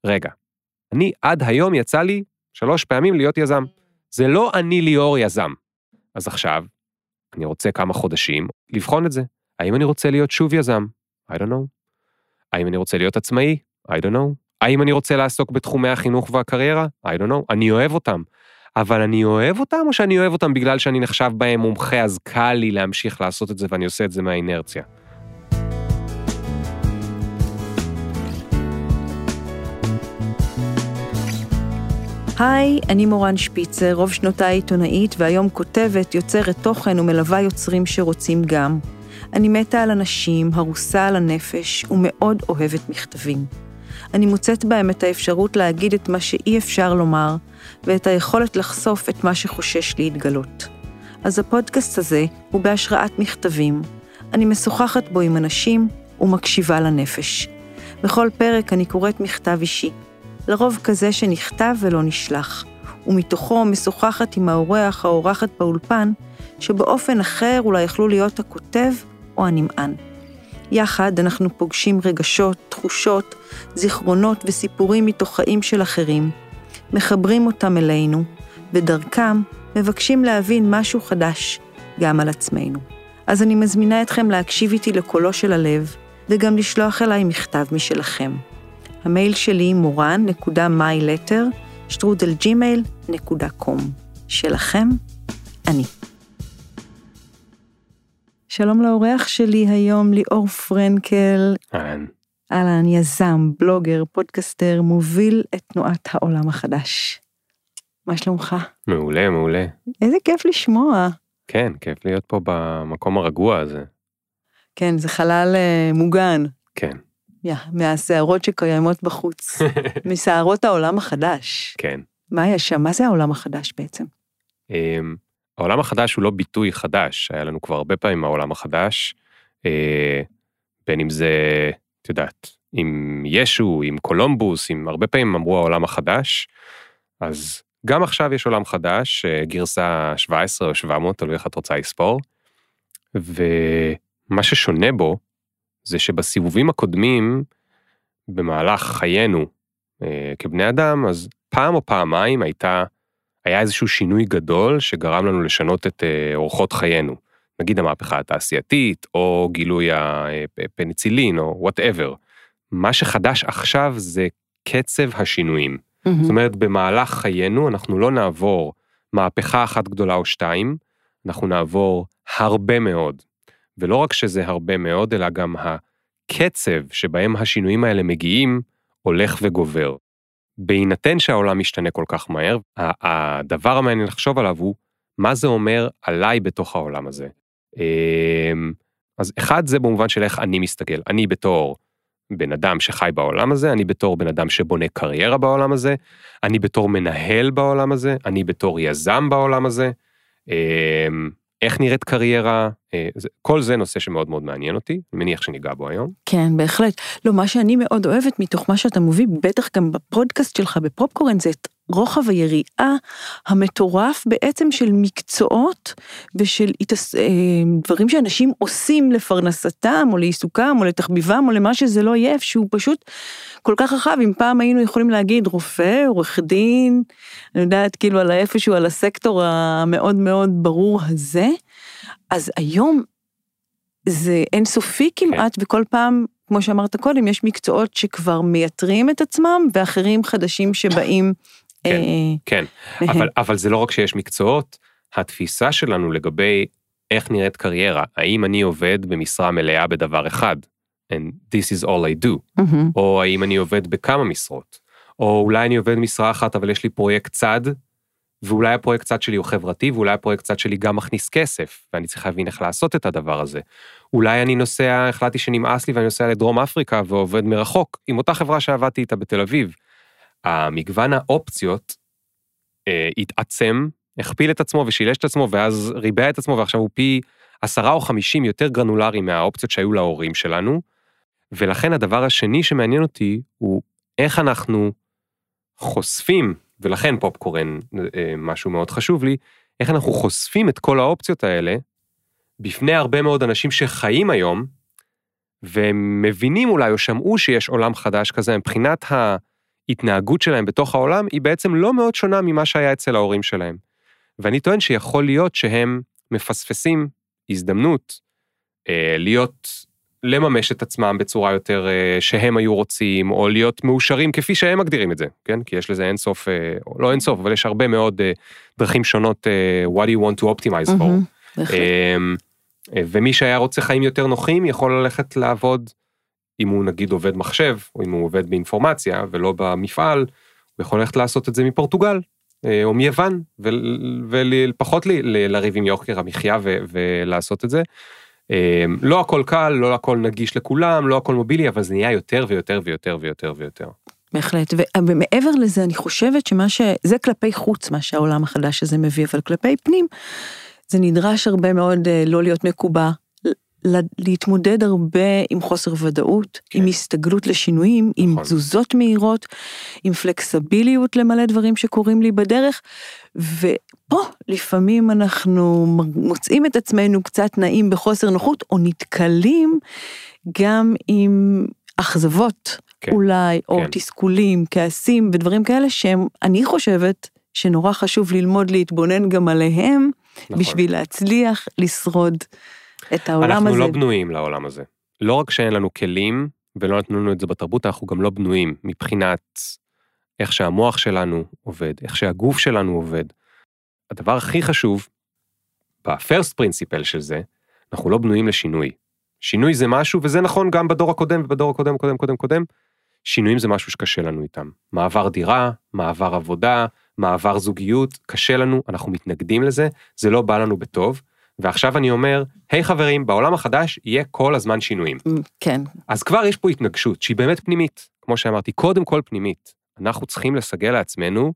רגע, אני עד היום יצא לי 3 פעמים להיות יזם. זה לא אני ליאור יזם. אז עכשיו, אני רוצה כמה חודשים לבחון את זה. האם אני רוצה להיות שוב יזם? I don't know. האם אני רוצה להיות עצמאי? I don't know. האם אני רוצה לעסוק בתחומי החינוך והקריירה? I don't know. אני אוהב אותם. אבל אני אוהב אותם, או שאני אוהב אותם בגלל שאני נחשב בהם מומחה, אז קל לי להמשיך לעשות את זה, ואני עושה את זה מהאינרציה. היי, אני מורן שפיצר, רוב שנותיי עיתונאית, והיום כותבת, יוצרת תוכן ומלווה יוצרים שרוצים גם. אני מתה על אנשים, הרוסה על הנפש, ומאוד אוהבת מכתבים. אני מוצאת בהם את האפשרות להגיד את מה שאי אפשר לומר, ואת היכולת לחשוף את מה שחושש להתגלות. אז הפודקאסט הזה הוא בהשראת מכתבים. אני משוחחת בו עם אנשים ומקשיבה לנפש. בכל פרק אני קוראת מכתב אישי. לרוב כזה שנכתב ולא נשלח, ומתוכו משוחחת עם האורח האורחת באולפן, שבאופן אחר אולי יכלו להיות הכותב או הנמען. יחד אנחנו פוגשים רגשות, תחושות, זיכרונות וסיפורים מתוך חיים של אחרים, מחברים אותם אלינו, ודרכם מבקשים להבין משהו חדש, גם על עצמנו. אז אני מזמינה אתכם להקשיב איתי לקולו של הלב, וגם לשלוח אליי מכתב משלכם. המייל שלי moran.myletter@gmail.com. שלכם, אני. שלום לאורח שלי היום, ליאור פרנקל. אהלן, יזם, בלוגר, פודקאסטר, מוביל את תנועת העולם החדש. מה שלומך? מעולה, מעולה. איזה כיף לשמוע. כן, כיף להיות פה במקום הרגוע הזה. כן, זה חלל מוגן. כן. מהסערות שקיימות בחוץ, מסערות העולם החדש. כן. מה יש שם? מה זה העולם החדש בעצם? העולם החדש הוא לא ביטוי חדש, היה לנו כבר הרבה פעמים העולם החדש, בין אם זה, את יודעת, עם ישו, עם קולומבוס, עם הרבה פעמים אמרו העולם החדש, אז גם עכשיו יש עולם חדש, גרסה 17 או 700, תלוי איך את רוצה לספור, ומה ששונה בו, זה שבסיבובים הקודמים, במהלך חיינו כבני אדם, אז פעם או פעמיים היה איזשהו שינוי גדול, שגרם לנו לשנות את אורחות חיינו. נגיד המהפכה התעשייתית, או גילוי הפניצילין, או whatever. מה שחדש עכשיו זה קצב השינויים. זאת אומרת, במהלך חיינו, אנחנו לא נעבור מהפכה אחת גדולה או 2, אנחנו נעבור הרבה מאוד. ולא רק שזה הרבה מאוד, אלא גם הקצב שבהם השינויים האלה מגיעים, הולך וגובר. בהינתן שהעולם משתנה כל כך מהר, הדבר המעניין לחשוב עליו הוא, מה זה אומר עליי בתוך העולם הזה? אז אחד זה במובן של איך אני מסתכל, אני בתור בן אדם שחי בעולם הזה, אני בתור בן אדם שבונה קריירה בעולם הזה, אני בתור מנהל בעולם הזה, אני בתור יזם בעולם הזה, איך נראית קריירה, כל זה נושא שמאוד מאוד מעניין אותי, אני מניח שניגע בו היום. כן, בהחלט. לא, מה שאני מאוד אוהבת מתוך מה שאתה מוביל, בטח גם בפודקאסט שלך בפופקורן, זה את רוחב היריעה המטורף בעצם של מקצועות, ושל דברים שאנשים עושים לפרנסתם, או לעיסוקם, או לתחביבם, או למה שזה לא יהיה, שהוא פשוט כל כך רחב. אם פעם היינו יכולים להגיד רופא, עורך דין, אני יודעת כאילו על איפשהו, על הסקטור המאוד מאוד ברור הזה, אז היום זה אינסופי כמעט, וכל פעם, כמו שאמרת קודם, יש מקצועות שכבר מייתרים את עצמם, ואחרים חדשים שבאים. כן, אבל זה לא רק שיש מקצועות, התפיסה שלנו לגבי איך נראית קריירה, האם אני עובד במשרה מלאה בדבר אחד, and this is all I do, או האם אני עובד בכמה משרות, או אולי אני עובד משרה אחת, אבל יש לי פרויקט צד, ואולי הפרויקט צד שלי הוא חברתי, ואולי הפרויקט צד שלי גם מכניס כסף, ואני צריך להבין איך לעשות את הדבר הזה. אולי אני נוסע, החלטתי שנמאס לי, ואני נוסע לדרום אפריקה, ועובד מרחוק, עם אותה חברה שעבדתי איתה בתל אביב. המגוון האופציות התעצם, הכפיל את עצמו ושילש את עצמו, ואז ריבע את עצמו, ועכשיו הוא פי 10 או 50 יותר גרנולרי מהאופציות שהיו להורים שלנו, ולכן הדבר השני שמעניין אותי, הוא איך אנחנו חושפים, ולכן פופקורן משהו מאוד חשוב לי, איך אנחנו חושפים את כל האופציות האלה, בפני הרבה מאוד אנשים שחיים היום, והם מבינים אולי או שמעו שיש עולם חדש כזה, מבחינת ההתנהגות שלהם בתוך העולם היא בעצם לא מאוד שונה ממה שהיה אצל ההורים שלהם. ואני טוען שיכול להיות שהם מפספסים הזדמנות לממש את עצמם בצורה יותר שהם היו רוצים, או להיות מאושרים כפי שהם מגדירים את זה, כן? כי יש לזה אינסוף, לא אינסוף, אבל יש הרבה מאוד דרכים שונות, what do you want to optimize for. ומי שהיה רוצה חיים יותר נוחים, יכול ללכת לעבוד, אם הוא נגיד עובד מחשב, או אם הוא עובד באינפורמציה, ולא במפעל, הוא יכול ללכת לעשות את זה מפורטוגל, או מיוון, ולפחות לריב עם יוקר המחיה ולעשות את זה. לא הכל קל, לא הכל נגיש לכולם, לא הכל מובילי, אבל זה נהיה יותר ויותר ויותר ויותר ויותר. בהחלט, ומעבר לזה אני חושבת זה כלפי חוץ מה שהעולם החדש הזה מביא, אבל כלפי פנים, זה נדרש הרבה מאוד לא להיות מקובע, להתמודד הרבה עם חוסר ודאות, כן. עם הסתגלות לשינויים, נכון. עם תזוזות מהירות, עם פלקסביליות למלא דברים שקורים לי בדרך, ופה לפעמים אנחנו מוצאים את עצמנו קצת נעים בחוסר נוחות, או נתקלים גם עם אכזבות, כן. אולי, או כן. תסכולים, כעסים ודברים כאלה, שהם, אני חושבת שנורא חשוב ללמוד להתבונן גם עליהם, נכון. בשביל להצליח לשרוד את העולם אנחנו הזה. לא בנויים לעולם הזה. לא רק שאין לנו כלים, ולא נתנו לנו את זה בתרבות, אנחנו גם לא בנויים, מבחינת איך שהמוח שלנו עובד, איך שהגוף שלנו עובד. הדבר הכי חשוב, ב-first principle של זה, אנחנו לא בנויים לשינוי. שינוי זה משהו, וזה נכון גם בדור הקודם, ובדור הקודם, שינויים זה משהו שקשה לנו איתם. מעבר דירה, מעבר עבודה, מעבר זוגיות, קשה לנו, אנחנו מתנגדים לזה, זה לא בא לנו בטוב, ועכשיו אני אומר, היי חברים, בעולם החדש יהיה כל הזמן שינויים. כן. אז כבר יש פה התנגשות, שהיא באמת פנימית, כמו שאמרתי, קודם כל פנימית. אנחנו צריכים לסגל לעצמנו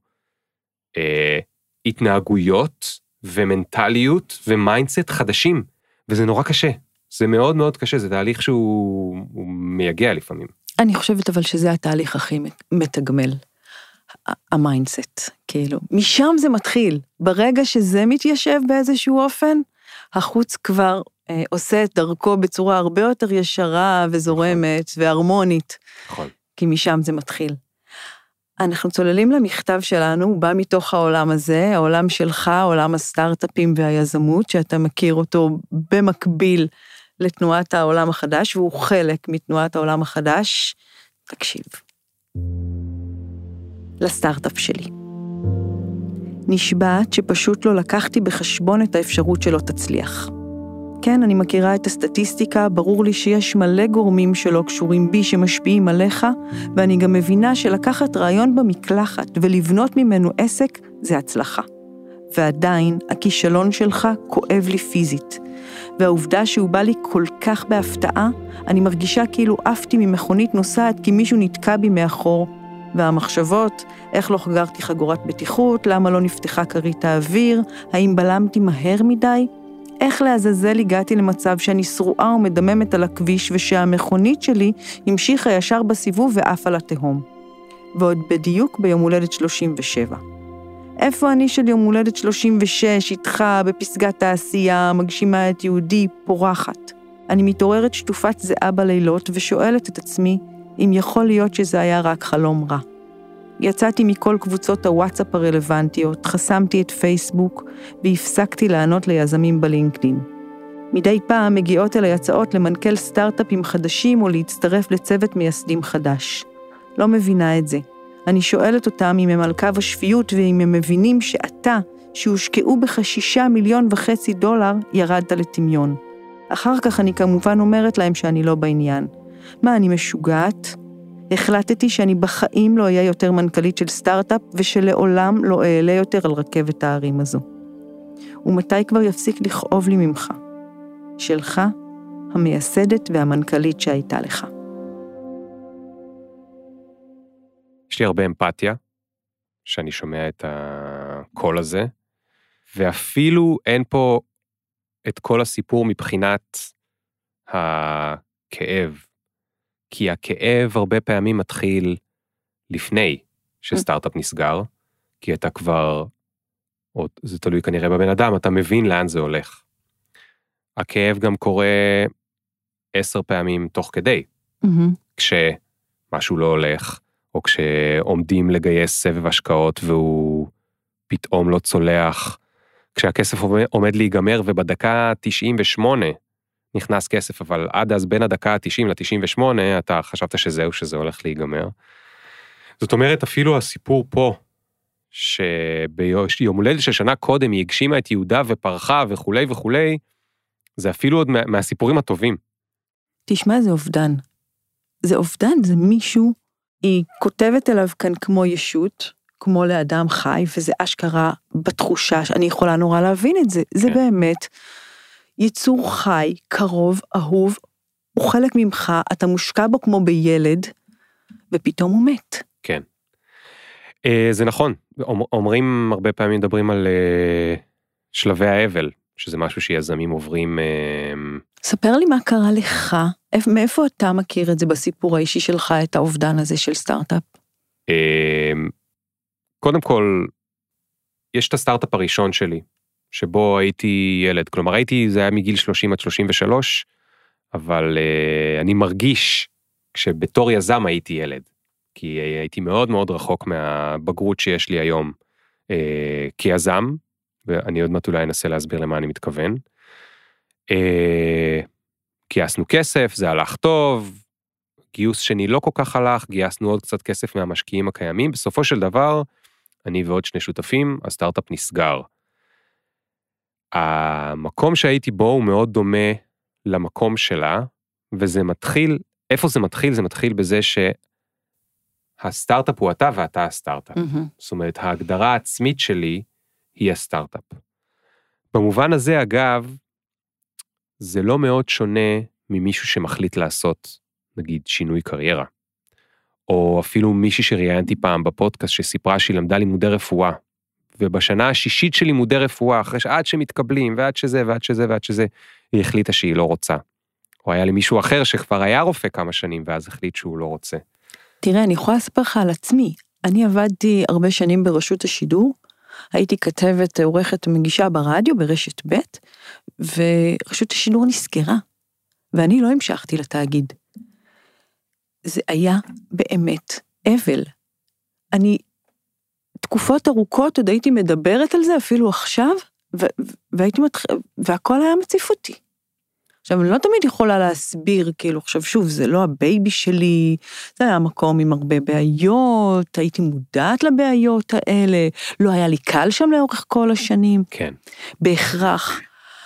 התנהגויות ומנטליות ומיינדסט חדשים, וזה נורא קשה. זה מאוד מאוד קשה, זה תהליך שהוא מייגע לפעמים. אני חושבת אבל שזה התהליך הכי מתגמל. המיינדסט, כאילו. משם זה מתחיל. ברגע שזה מתיישב באיזשהו אופן, החוץ כבר עושה את דרכו בצורה הרבה יותר ישרה וזורמת והרמונית. נכון. כי משם זה מתחיל. אנחנו צוללים למכתב שלנו, הוא בא מתוך העולם הזה, העולם שלך, עולם הסטארט-אפים והיזמות, שאתה מכיר אותו במקביל לתנועת העולם החדש, והוא חלק מתנועת העולם החדש. תקשיב. לסטארט-אפ שלי. נשבעת שפשוט לא לקחתי בחשבון את האפשרות שלא תצליח. כן, אני מכירה את הסטטיסטיקה, ברור לי שיש מלא גורמים שלא קשורים בי שמשפיעים עליך, ואני גם מבינה שלקחת רעיון במקלחת ולבנות ממנו עסק זה הצלחה. ועדיין, הכישלון שלך כואב לי פיזית. והעובדה שהוא בא לי כל כך בהפתעה, אני מרגישה כאילו עפתי ממכונית נוסעת כי מישהו נתקע בי מאחור, והמחשבות, איך לא חגרתי חגורת בטיחות, למה לא נפתחה כרית האוויר, האם בלמתי מהר מדי, איך לעזאזל הגעתי למצב שאני שרועה ומדממת על הכביש, ושהמכונית שלי המשיכה ישר בסיבוב ואף על התהום. ועוד בדיוק ביום הולדת 37. איפה אני של יום הולדת 36, איתך, בפסגת העשייה, מגשימה את יהודי, פורחת. אני מתעוררת שטופת זהה בלילות ושואלת את עצמי, אם יכול להיות שזה היה רק חלום רע. יצאתי מכל קבוצות הוואטסאפ הרלוונטיות, חסמתי את פייסבוק והפסקתי לענות ליזמים בלינקדין. מדי פעם מגיעות אליי הצעות למנכ"ל סטארט-אפים חדשים או להצטרף לצוות מייסדים חדש. לא מבינה את זה. אני שואלת אותם אם הם על קו השפיות ואם הם מבינים שאתה, שהושקעו בך $6.5 מיליון, ירדת לטמיון. אחר כך אני כמובן אומרת להם שאני לא בעניין. מה, אני משוגעת? החלטתי שאני בחיים לא אהיה יותר מנכ"לית של סטארט-אפ, ושלעולם לא אעלה יותר על רכבת הערים הזו. ומתי כבר יפסיק לכאוב לי ממך? שלך, המייסדת והמנכ"לית שהייתה לך. יש לי הרבה אמפתיה, שאני שומע את הקול הזה, ואפילו אין פה את כל הסיפור מבחינת הכאב, כי הכאב הרבה פעמים מתחיל לפני שסטארט-אפ נסגר, כי אתה כבר, או זה תלוי כנראה בבן אדם, אתה מבין לאן זה הולך. הכאב גם קורה 10 פעמים תוך כדי, כשמשהו לא הולך, או כשעומדים לגייס סבב השקעות והוא פתאום לא צולח, כשהכסף עומד להיגמר ובדקה 98 נכנס כסף, אבל עד אז בין הדקה ה-90 ל-98 אתה חשבת שזה הולך להיגמר. זאת אומרת, אפילו הסיפור פה, שביום הולדת של שנה קודם היא הגשימה את יהודה ופרחה וכולי וכולי, זה אפילו עוד מהסיפורים הטובים. תשמע, זה אובדן. זה אובדן, זה מישהו, היא כותבת אליו כאן כמו ישות, כמו לאדם חי, וזה אשכרה בתחושה, שאני יכולה נורא להבין את זה. זה באמת יצור חי, קרוב, אהוב, הוא חלק ממך, אתה מושקע בו כמו בילד, ופתאום הוא מת. כן. זה נכון, אומרים הרבה פעמים, מדברים על שלבי האבל, שזה משהו שיזמים עוברים. ספר לי מה קרה לך, מאיפה אתה מכיר את זה בסיפור האישי שלך, את האובדן הזה של סטארט-אפ? קודם כל, יש את הסטארט-אפ הראשון שלי, שבו הייתי ילד, כלומר זה היה מגיל 30 עד 33, אבל אני מרגיש כשבתור יזם הייתי ילד, כי הייתי מאוד מאוד רחוק מהבגרות שיש לי היום כיזם, ואני עוד מעט אולי אנסה להסביר למה אני מתכוון. גייסנו כסף, זה הלך טוב, גיוס שני לא כל כך הלך, גייסנו עוד קצת כסף מהמשקיעים הקיימים, בסופו של דבר, אני ועוד שני שותפים, הסטארט-אפ נסגר. המקום שהייתי בו הוא מאוד דומה למקום שלה, וזה מתחיל, איפה זה מתחיל? זה מתחיל בזה שהסטארט-אפ הוא אתה ואתה הסטארט-אפ. זאת אומרת, ההגדרה העצמית שלי היא הסטארט-אפ. במובן הזה, אגב, זה לא מאוד שונה ממישהו שמחליט לעשות, נגיד, שינוי קריירה. או אפילו מישהי שראיינתי פעם בפודקאסט שסיפרה שהיא למדה לימודי רפואה, ובשנה השישית של לימודי רפואה, אחרי שעד שמתקבלים, ועד שזה, ועד שזה, ועד שזה, היא החליטה שהיא לא רוצה. או היה לי מישהו אחר שכבר היה רופא כמה שנים, ואז החליט שהוא לא רוצה. תראה, אני יכולה לספר לך על עצמי. אני עבדתי הרבה שנים ברשות השידור, הייתי כתבת, עורכת מגישה ברדיו, ברשת ב', ורשות השידור נסגרה, ואני לא המשכתי לתאגיד. זה היה באמת אבל. אני תקופות ארוכות עוד הייתי מדברת על זה, אפילו עכשיו, והכל היה מציף אותי. עכשיו, אני לא תמיד יכולה להסביר, כאילו, עכשיו שוב, זה לא הבייבי שלי, זה היה מקום עם הרבה בעיות, הייתי מודעת לבעיות האלה, לא היה לי קל שם לאורך כל השנים. כן. בהכרח.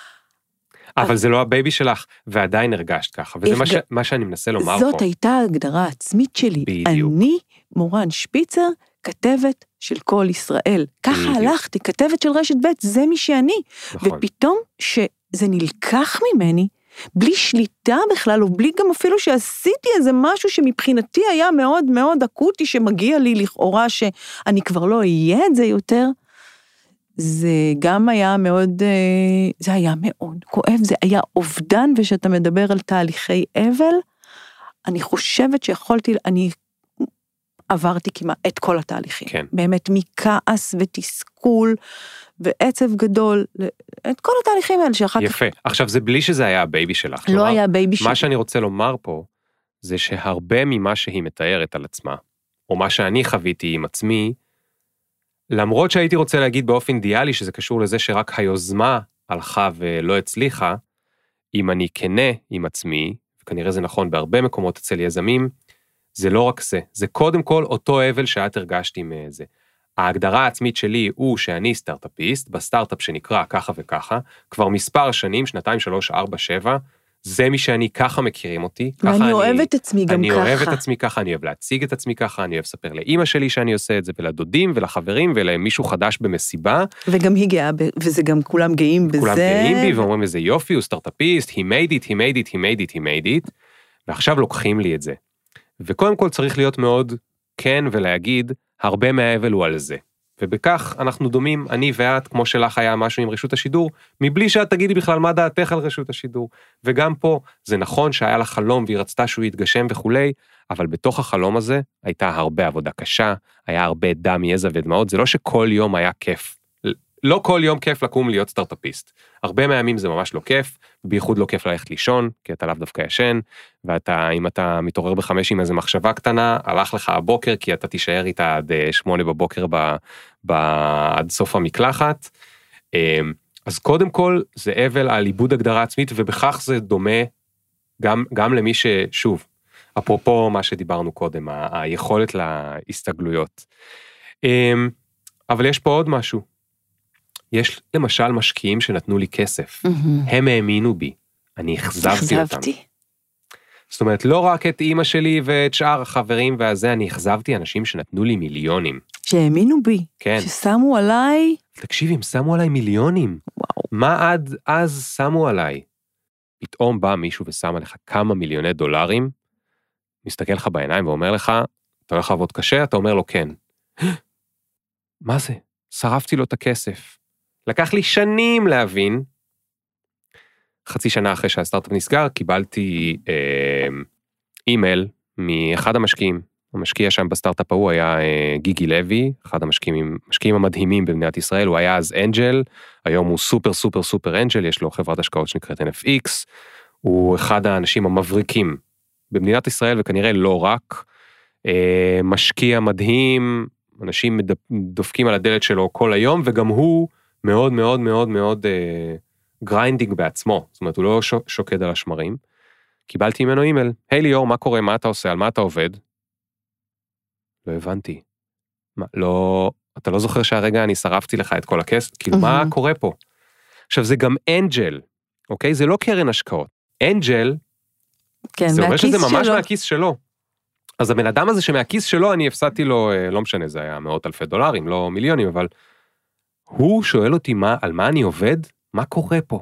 אבל זה לא הבייבי שלך, ועדיין הרגשת ככה, וזה מה שאני מנסה לומר פה. זאת הייתה ההגדרה העצמית שלי. בדיוק. אני, מורן שפיצר, כתבת של כל ישראל. ככה הלכתי, כתבת של רשת ב', זה מי שאני. נכון. ופתאום שזה נלקח ממני, בלי שליטה בכלל, או בלי גם אפילו שעשיתי איזה משהו שמבחינתי היה מאוד מאוד אקוטי, שמגיע לי לכאורה שאני כבר לא אהיה את זה יותר, זה גם היה מאוד, זה היה מאוד כואב, זה היה אובדן, ושאתה מדבר על תהליכי אבל, אני חושבת שיכולתי, אני עברתי כמעט את כל התהליכים. כן. באמת מכעס ותסכול ועצב גדול, את כל התהליכים האלה שאחר כך... יפה. עכשיו זה בלי שזה היה הבייבי שלך. לא היה הבייבי שלך. מה שאני רוצה לומר פה, זה שהרבה ממה שהיא מתארת על עצמה, או מה שאני חוויתי עם עצמי, למרות שהייתי רוצה להגיד באופן אידיאלי, שזה קשור לזה שרק היוזמה הלכה ולא הצליחה, אם אני כנה עם עצמי, וכנראה זה נכון בהרבה מקומות אצל יזמים, זה לא רק זה, זה קודם כל אותו אבל שאת הרגשתי מזה. ההגדרה העצמית שלי הוא שאני סטארט-אפיסט, בסטארט-אפ שנקרא ככה וככה, כבר מספר שנים, 2, 3, 4, 7, זה מי שאני ככה מכירים אותי. ואני אוהב את עצמי גם אני ככה. אני אוהב את עצמי ככה, אני אוהב להציג את עצמי ככה, אני אוהב לספר לאמא שלי שאני עושה את זה, ולדודים ולחברים, ולמישהו חדש במסיבה. וגם היא גאה, וזה גם כולם גאים בזה. כולם גאים בי, ואומרים איזה יופי, הוא סטארט-אפיסט, he made it, he made it, he made it, he made it, ועכשיו לוקחים לי את זה. וקודם כל צריך להיות מאוד כן ולהגיד, הרבה מהאבל הוא על זה. ובכך אנחנו דומים, אני ואת, כמו שלך היה משהו עם רשות השידור, מבלי שאת תגידי בכלל מה דעתך על רשות השידור. וגם פה, זה נכון שהיה לה חלום והיא רצתה שהוא יתגשם וכולי, אבל בתוך החלום הזה הייתה הרבה עבודה קשה, היה הרבה דם, יזע ודמעות, זה לא שכל יום היה כיף לא כל יום כיף לקום להיות סטארט-אפיסט. הרבה מהימים זה ממש לא כיף, בייחוד לא כיף ללכת לישון, כי אתה לאו דווקא ישן, אם אתה מתעורר ב5 עם איזו מחשבה קטנה, הלך לך הבוקר, כי אתה תישאר איתה עד 8 בבוקר עד סוף המקלחת. אז קודם כל זה אבל על עיבוד הגדרה עצמית, ובכך זה דומה גם למי ששוב, אפרופו מה שדיברנו קודם, היכולת להסתגלויות. אבל יש פה עוד משהו. יש למשל משקיעים שנתנו לי כסף. הם האמינו בי. אני החזבתי אותם. זאת אומרת, לא רק את אמא שלי ואת שאר החברים והזה, אני החזבתי אנשים שנתנו לי מיליונים. שהאמינו בי. כן. ששמו עליי. תקשיבי, הם שמו עליי מיליונים. וואו. מה עד אז שמו עליי? פתאום בא מישהו ושם עליך כמה מיליוני דולרים, מסתכל לך בעיניים ואומר לך, אתה הולך לעבוד קשה? אתה אומר לו כן. מה זה? שרפתי לו את הכסף. לקח לי שנים להבין, חצי שנה אחרי שהסטארט-אפ נסגר, קיבלתי אימייל מאחד המשקיעים. המשקיע שם בסטארט-אפ ההוא היה גיגי לוי, אחד המשקיעים המדהימים במדינת ישראל, הוא היה אז אנג'ל, היום הוא סופר סופר סופר אנג'ל, יש לו חברת השקעות שנקראת NFX, הוא אחד האנשים המבריקים במדינת ישראל, וכנראה לא רק, משקיע מדהים, אנשים דופקים על הדלת שלו כל היום, וגם הוא מאוד מאוד מאוד מאוד גריינדינג בעצמו, זאת אומרת, הוא לא שוקד על השמרים. קיבלתי ממנו אימייל, היי ליאור, מה קורה, מה אתה עושה, על מה אתה עובד? לא הבנתי. לא, אתה לא זוכר שהרגע אני שרפתי לך את כל הכסף? כאילו, מה קורה פה? עכשיו, זה גם אנג'ל, אוקיי? זה לא קרן השקעות. אנג'ל, כן, זה אומר שזה ממש שלו. מהכיס שלו. אז הבן אדם הזה שמהכיס שלו, אני הפסדתי לו, לא משנה, זה היה מאות אלפי דולרים, לא מיליונים, אבל הוא שואל אותי על מה אני עובד, מה קורה פה?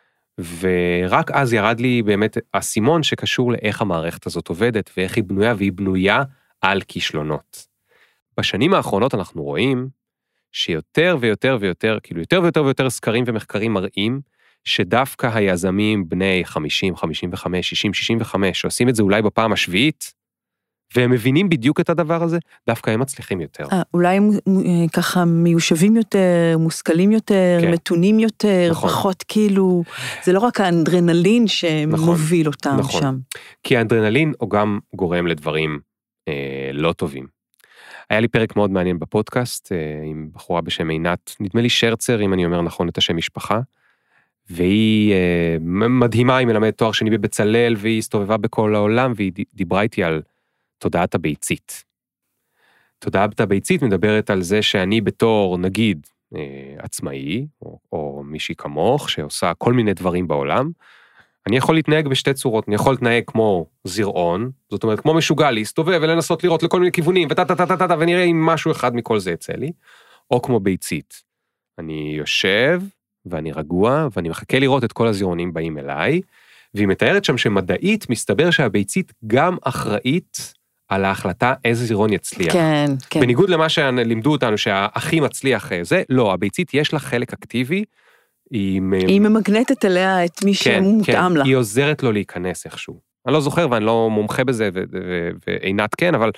ורק אז ירד לי באמת הסימון שקשור לאיך המערכת הזאת עובדת, ואיך היא בנויה, והיא בנויה על כישלונות. בשנים האחרונות אנחנו רואים שיותר ויותר ויותר, כאילו יותר ויותר ויותר סקרים ומחקרים מראים, שדווקא היזמים בני 50, 55, 60, 65, שעושים את זה אולי בפעם השביעית, והם מבינים בדיוק את הדבר הזה, דווקא הם מצליחים יותר. אולי הם ככה מיושבים יותר, מושכלים יותר, כן. מתונים יותר, נכון. פחות כאילו, זה לא רק האנדרנלין שמוביל אותם נכון. שם. כי האנדרנלין הוא גם גורם לדברים לא טובים. היה לי פרק מאוד מעניין בפודקאסט, עם בחורה בשם עינת, נדמה לי שרצר, אם אני אומר נכון את השם משפחה, והיא מדהימה, היא מלמדת תואר שני בבצלאל, והיא הסתובבה בכל העולם, והיא דיברה איתי על תודעת הביצית. תודעת הביצית מדברת על זה שאני בתור, נגיד, עצמאי, או מישהי כמוך, שעושה כל מיני דברים בעולם, אני יכול להתנהג בשתי צורות, אני יכול להתנהג כמו זירעון, זאת אומרת, כמו משוגע, להסתובב ולנסות לראות לכל מיני כיוונים, ונראה אם משהו אחד מכל זה יצא לי, או כמו ביצית. אני יושב, ואני רגוע, ואני מחכה לראות את כל הזירעונים באים אליי, והיא מתארת שם שמדעית מסתבר שהביצית גם אחראית על ההחלטה איזה זירעון יצליח. כן, כן. בניגוד למה שלימדו אותנו שהכי מצליח זה, לא, הביצית יש לה חלק אקטיבי, היא ממגנטת אליה את מי שמותאם לה. היא עוזרת לו להיכנס איכשהו. אני לא זוכר ואני לא מומחה בזה, ועינת כן, אבל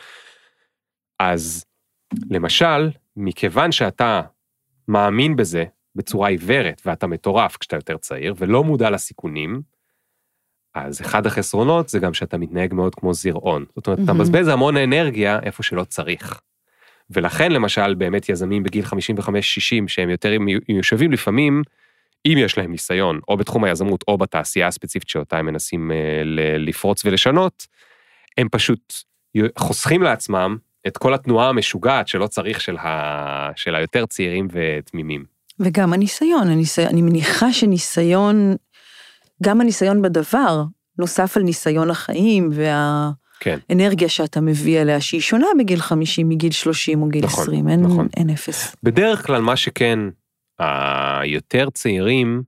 אז למשל, מכיוון שאתה מאמין בזה בצורה עיוורת, ואתה מטורף כשאתה יותר צעיר, ולא מודע לסיכונים, אז אחד החסרונות זה גם שאתה מתנהג מאוד כמו זירעון. זאת אומרת, אתה מבזבז המון אנרגיה איפה שלא צריך. ולכן למשל באמת יזמים בגיל 55-60 שהם יותר מיושבים לפעמים, אם יש להם ניסיון, או בתחום היזמות, או בתעשייה הספציפית שאותה הם מנסים לפרוץ ולשנות, הם פשוט חוסכים לעצמם את כל התנועה המשוגעת שלא צריך של היותר צעירים ותמימים. וגם הניסיון, אני מניחה שניסיון, גם הניסיון בדבר, נוסף על ניסיון החיים והאנרגיה שאתה מביא אליה, שהיא שונה בגיל 50, מגיל 30 או גיל 20, אין אפס. בדרך כלל מה שכן, היותר צעירים,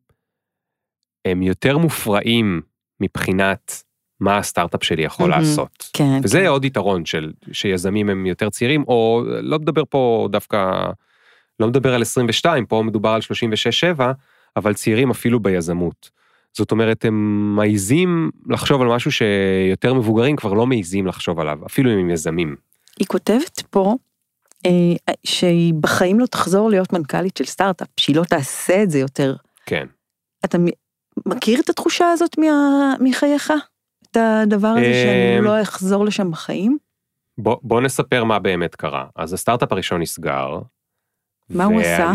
הם יותר מופרעים מבחינת מה הסטארט-אפ שלי יכול לעשות. כן, וזה כן. עוד יתרון שיזמים הם יותר צעירים, או לא מדבר פה דווקא, לא מדבר על 22, פה מדובר על 36-7, אבל צעירים אפילו ביזמות. זאת אומרת, הם מעיזים לחשוב על משהו שיותר מבוגרים כבר לא מעיזים לחשוב עליו, אפילו אם הם יזמים. היא כותבת פה שהיא בחיים לא תחזור להיות מנכ"לית של סטארט-אפ, שהיא לא תעשה את זה יותר. כן. אתה מכיר את התחושה הזאת מחייך? את הדבר הזה שאני לא אחזור לשם בחיים? בוא נספר מה באמת קרה. אז הסטארט-אפ הראשון נסגר. מה הוא עשה?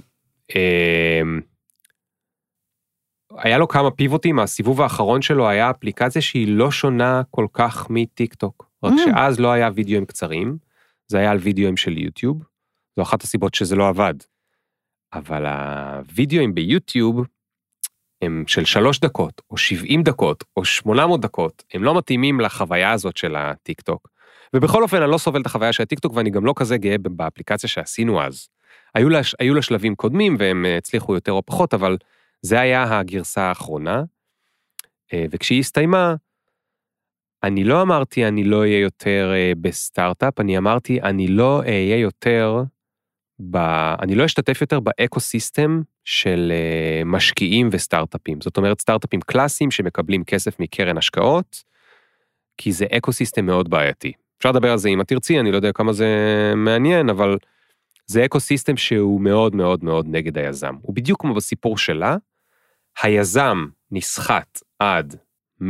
היה לו כמה פיבוטים, הסיבוב האחרון שלו היה אפליקציה שהיא לא שונה כל כך מטיק טוק. רק שאז לא היה וידאוים קצרים, זה היה על וידאוים של יוטיוב, זו אחת הסיבות שזה לא עבד. אבל הוידאוים ביוטיוב, הם של 3 דקות, או 70 דקות, או 800 דקות, הם לא מתאימים לחוויה הזאת של הטיק טוק. ובכל אופן, אני לא סובל את החוויה של הטיק טוק, ואני גם לא כזה גאה באפליקציה שעשינו אז. היו לה שלבים קודמים, והם הצליחו יותר או פחות, אבל זה היה הגרסה האחרונה. וכשהיא הסתיימה, אני לא אמרתי, אני לא אהיה יותר בסטארט-אפ, אני אמרתי, אני לא אהיה יותר, אני לא אשתתף יותר באקוסיסטם של משקיעים וסטארט-אפים. זאת אומרת, סטארט-אפים קלאסיים שמקבלים כסף מקרן השקעות, כי זה אקוסיסטם מאוד בעייתי. אפשר לדבר על זה אם את תרצי, אני לא יודע כמה זה מעניין, אבל זה אקוסיסטם שהוא מאוד מאוד מאוד נגד היזם. הוא בדיוק כמו בסיפור שלה, היזם נסחט עד 100%,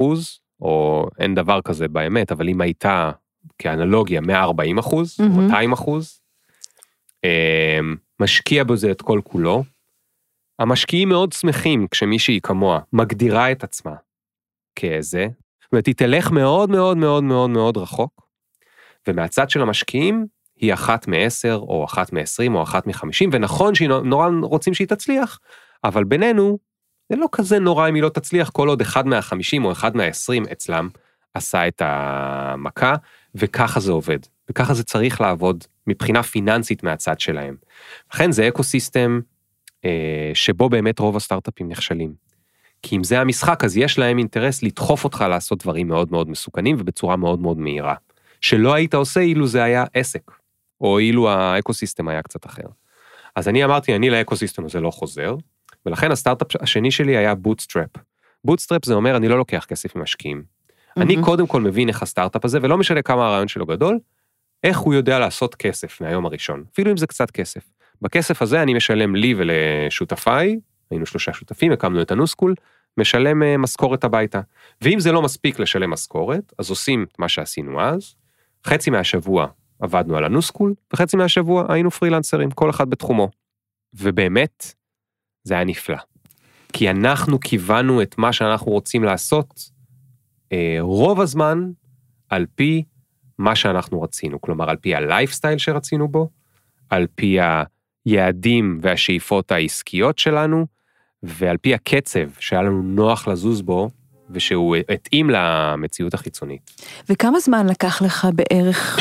או אין דבר כזה באמת, אבל אם הייתה כאנלוגיה 140%, או 200%, משקיע בזה את כל כולו, המשקיעים מאוד שמחים כשמישהי כמוה מגדירה את עצמה כזה, והיא תלך מאוד מאוד מאוד מאוד מאוד רחוק, ומהצד של המשקיעים היא 1 מ-10 או 1 מ-20 או 1 מ-50, ונכון שנורא רוצים שהיא תצליח, אבל בינינו זה לא כזה נורא אם היא לא תצליח, כל עוד 1 מה-50 או 1 מה-20 אצלם עשה את המכה, וככה זה עובד, וככה זה צריך לעבוד מבחינה פיננסית מהצד שלהם. לכן זה אקוסיסטם שבו באמת רוב הסטארט-אפים נכשלים. כי אם זה המשחק, אז יש להם אינטרס לדחוף אותך לעשות דברים מאוד מאוד מסוכנים, ובצורה מאוד מאוד מהירה. שלא היית עושה אילו זה היה עסק, או אילו האקוסיסטם היה קצת אחר. אז אני אמרתי, אני לאקוסיסטם הזה לא חוזר, ולכן הסטארט-אפ השני שלי היה בוטסטראפ. בוטסטראפ זה אומר, אני לא לוקח כסף ממשקיעים. אני קודם כל מבין איך הסטארט-אפ הזה, ולא משנה כמה הרעיון שלו גדול, איך הוא יודע לעשות כסף מהיום הראשון, אפילו אם זה קצת כסף. בכסף הזה אני משלם לי ולשותפיי, היינו 3 שותפים, הקמנו את הנוסקול, משלם משכורת הביתה. ואם זה לא מספיק לשלם משכורת, אז עושים את מה שעשינו אז, חצי מהשבוע עבדנו על הנוסקול, וחצי מהשבוע היינו פרילנסרים, כל אחד בתחומו. ובאמת, זה היה נפלא. כי אנחנו כיוונו את מה שאנחנו רוצים לעשות, רוב הזמן, על פי מה שאנחנו רצינו. כלומר, על פי הלייפסטייל שרצינו בו, על פי היעדים והשאיפות העסקיות שלנו, ועל פי הקצב שהיה לנו נוח לזוז בו, ושהוא התאים למציאות החיצונית. וכמה זמן לקח לך בערך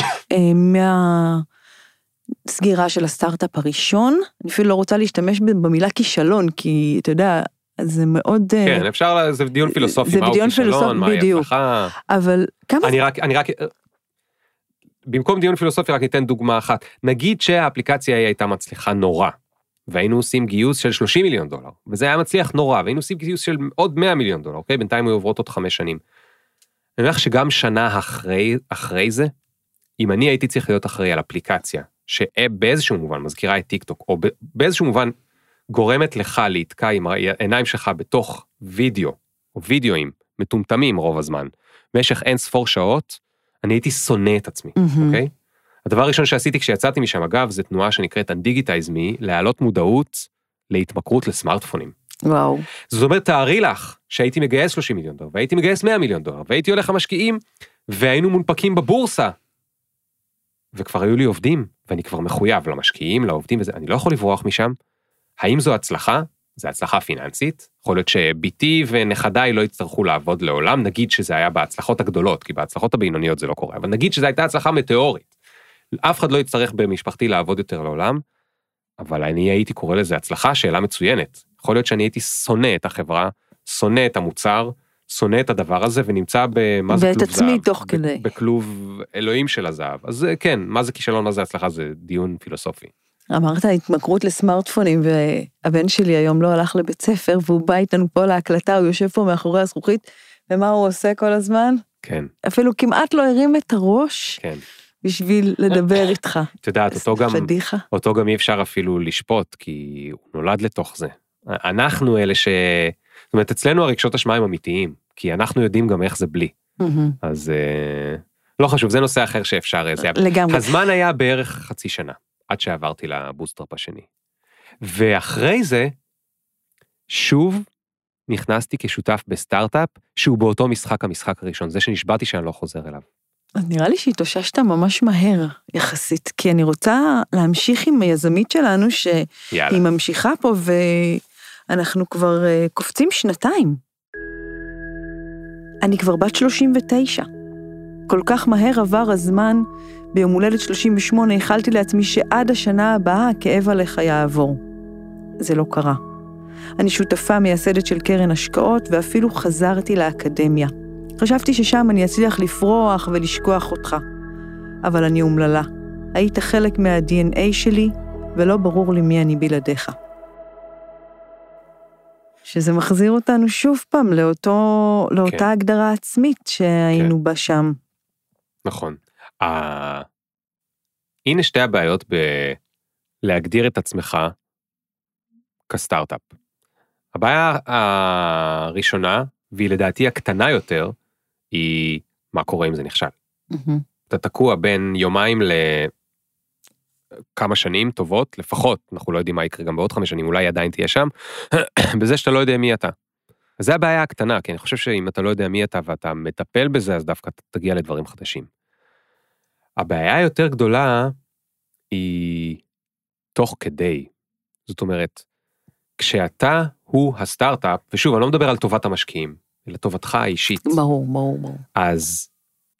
מהסגירה של הסטארט-אפ הראשון? אני אפילו לא רוצה להשתמש במילה כישלון, כי אתה יודע, זה מאוד... כן, אפשר, זה דיון פילוסופי, מהו כישלון, מהי הצלחה. אבל כמה... אני רק... במקום דיון פילוסופי, רק ניתן דוגמה אחת. נגיד שהאפליקציה הייתה מצליחה נורא, והיינו עושים גיוס של $30 מיליון, וזה היה מצליח נורא, והיינו עושים גיוס של עוד $100 מיליון, אוקיי? בינתיים היו עוברות עוד 5 שנים. אני אומר שגם שנה אחרי זה, אם אני הייתי צריך להיות אחראי על אפליקציה, שבאיזשהו מובן מזכירה את טיק טוק, או באיזשהו מובן גורמת לך להתקע עם העיניים שלך בתוך וידאו, או וידאוים מטומטמים רוב הזמן, במשך אין ספור שעות, אני הייתי שונא את עצמי, אוקיי? הדבר הראשון שעשיתי כשיצאתי משם, אגב, זה תנועה שנקראת Undigitize Me, להעלות מודעות להתמכרות לסמארטפונים. וואו. זאת אומרת, תארי לך שהייתי מגייס $30 מיליון, והייתי מגייס $100 מיליון, והייתי הולך למשקיעים, והיינו מונפקים בבורסה, וכבר היו לי עובדים, ואני כבר מחויב למשקיעים, לעובדים, וזה, אני לא יכול לברוח משם. האם זו הצלחה? זו הצלחה פיננסית. יכול להיות שביתי ונכדיי לא יצטרכו לעבוד לעולם, נגיד שזה היה בהצלחות הגדולות, כי בהצלחות הבינוניות זה לא קורה, אבל נגיד שזו הייתה הצלחה מטאורית. אף אחד לא יצטרך במשפחתי לעבוד יותר לעולם, אבל אני הייתי קורא לזה הצלחה, שאלה מצוינת. יכול להיות שאני הייתי שונא את החברה, שונא את המוצר, שונא את הדבר הזה, ונמצא במה זה כלוב זהב. ואת עצמי תוך כדי. בכלוב אלוהים של הזהב. אז כן, מה זה כישלון, מה זה הצלחה, זה דיון פילוסופי. אמרת התמכרות לסמארטפונים, והבן שלי היום לא הלך לבית ספר, והוא בא איתנו פה להקלטה, הוא יושב פה מאחורי הזכוכית, ומה הוא עושה כל הזמן? כן. אפילו כמעט לא הרים את הראש, כן. בשביל לדבר איתך. את יודעת, פדיחה. אותו גם אי אפשר אפילו לשפוט, כי הוא נולד לתוך זה. אנחנו אלה זאת אומרת, אצלנו הרגשות אשמה הם אמיתיים, כי אנחנו יודעים גם איך זה בלי. אז לא חשוב, זה נושא אחר שאפשר. לגמרי. הזמן היה בערך חצי שנה, עד שעברתי לבוסטראפ השני. ואחרי זה, שוב נכנסתי כשותף בסטארט-אפ, שהוא באותו משחק, המשחק הראשון, זה שנשבעתי שאני לא חוזר אליו. אז נראה לי שהתאוששת ממש מהר יחסית, כי אני רוצה להמשיך עם היזמית שלנו, שהיא ממשיכה פה, ואנחנו כבר קופצים שנתיים. אני כבר בת 39. כל כך מהר עבר הזמן, ביום הולדת 38 החלתי לעצמי שעד השנה הבאה הכאב עליך יעבור. זה לא קרה. אני שותפה מייסדת של קרן השקעות, ואפילו חזרתי לאקדמיה. חשבתי ששם אני אצליח לפרוח ולשכוח אותך. אבל אני אומללה. היית חלק מה-DNA שלי, ולא ברור לי מי אני בלעדיך. שזה מחזיר אותנו שוב פעם לאותה הגדרה עצמית שהיינו בה שם. נכון. הנה שתי הבעיות להגדיר את עצמך כסטארט-אפ. הבעיה הראשונה, והיא לדעתי הקטנה יותר, היא מה קורה אם זה נכשל. אתה תקוע בין יומיים לכמה שנים טובות, לפחות, אנחנו לא יודעים מה יקרה גם בעוד 5 שנים, אולי עדיין תהיה שם, בזה שאתה לא יודע מי אתה. אז זה הבעיה הקטנה, כי אני חושב שאם אתה לא יודע מי אתה ואתה מטפל בזה, אז דווקא תגיע לדברים חדשים. הבעיה היותר גדולה היא תוך כדי. זאת אומרת, כשאתה הוא הסטארט-אפ, ושוב, אני לא מדבר על טובת המשקיעים, אלא טובתך האישית. ברור. אז,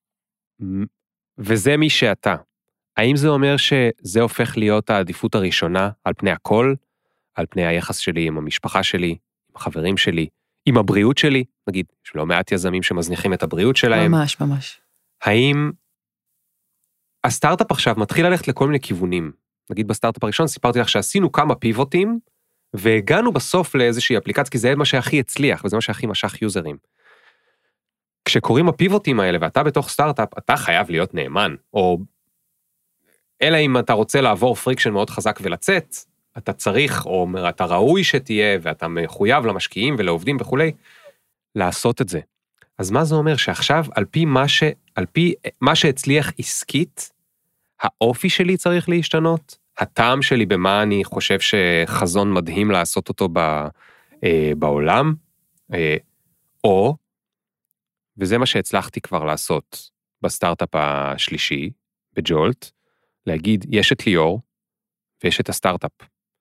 וזה מי שאתה. האם זה אומר שזה הופך להיות העדיפות הראשונה על פני הכל, על פני היחס שלי עם המשפחה שלי, עם החברים שלי, עם הבריאות שלי? נגיד, יש לא מעט יזמים שמזניחים את הבריאות שלהם. ממש. האם הסטארט-אפ עכשיו מתחיל ללכת לכל מיני כיוונים? נגיד בסטארט-אפ הראשון סיפרתי לך שעשינו כמה פיבוטים, והגענו בסוף לאיזושהי אפליקציה, כי זה מה שהכי הצליח, וזה מה שהכי משך יוזרים. כשקוראים הפיבוטים האלה, ואתה בתוך סטארט-אפ, אתה חייב להיות נאמן, או אלא אם אתה רוצה לעבור פריקשן מאוד חזק ולצאת, אתה צריך, או אתה ראוי שתהיה, ואתה מחויב למשקיעים ולעובדים וכו', לעשות את זה. אז מה זה אומר? שעכשיו, על פי מה שהצליח עסקית, האופי שלי צריך להשתנות, הטעם שלי במה אני חושב שחזון מדהים לעשות אותו בעולם, או, וזה מה שהצלחתי כבר לעשות בסטארט-אפ השלישי, בג'ולט, להגיד, יש את ליאור, ויש את הסטארט-אפ.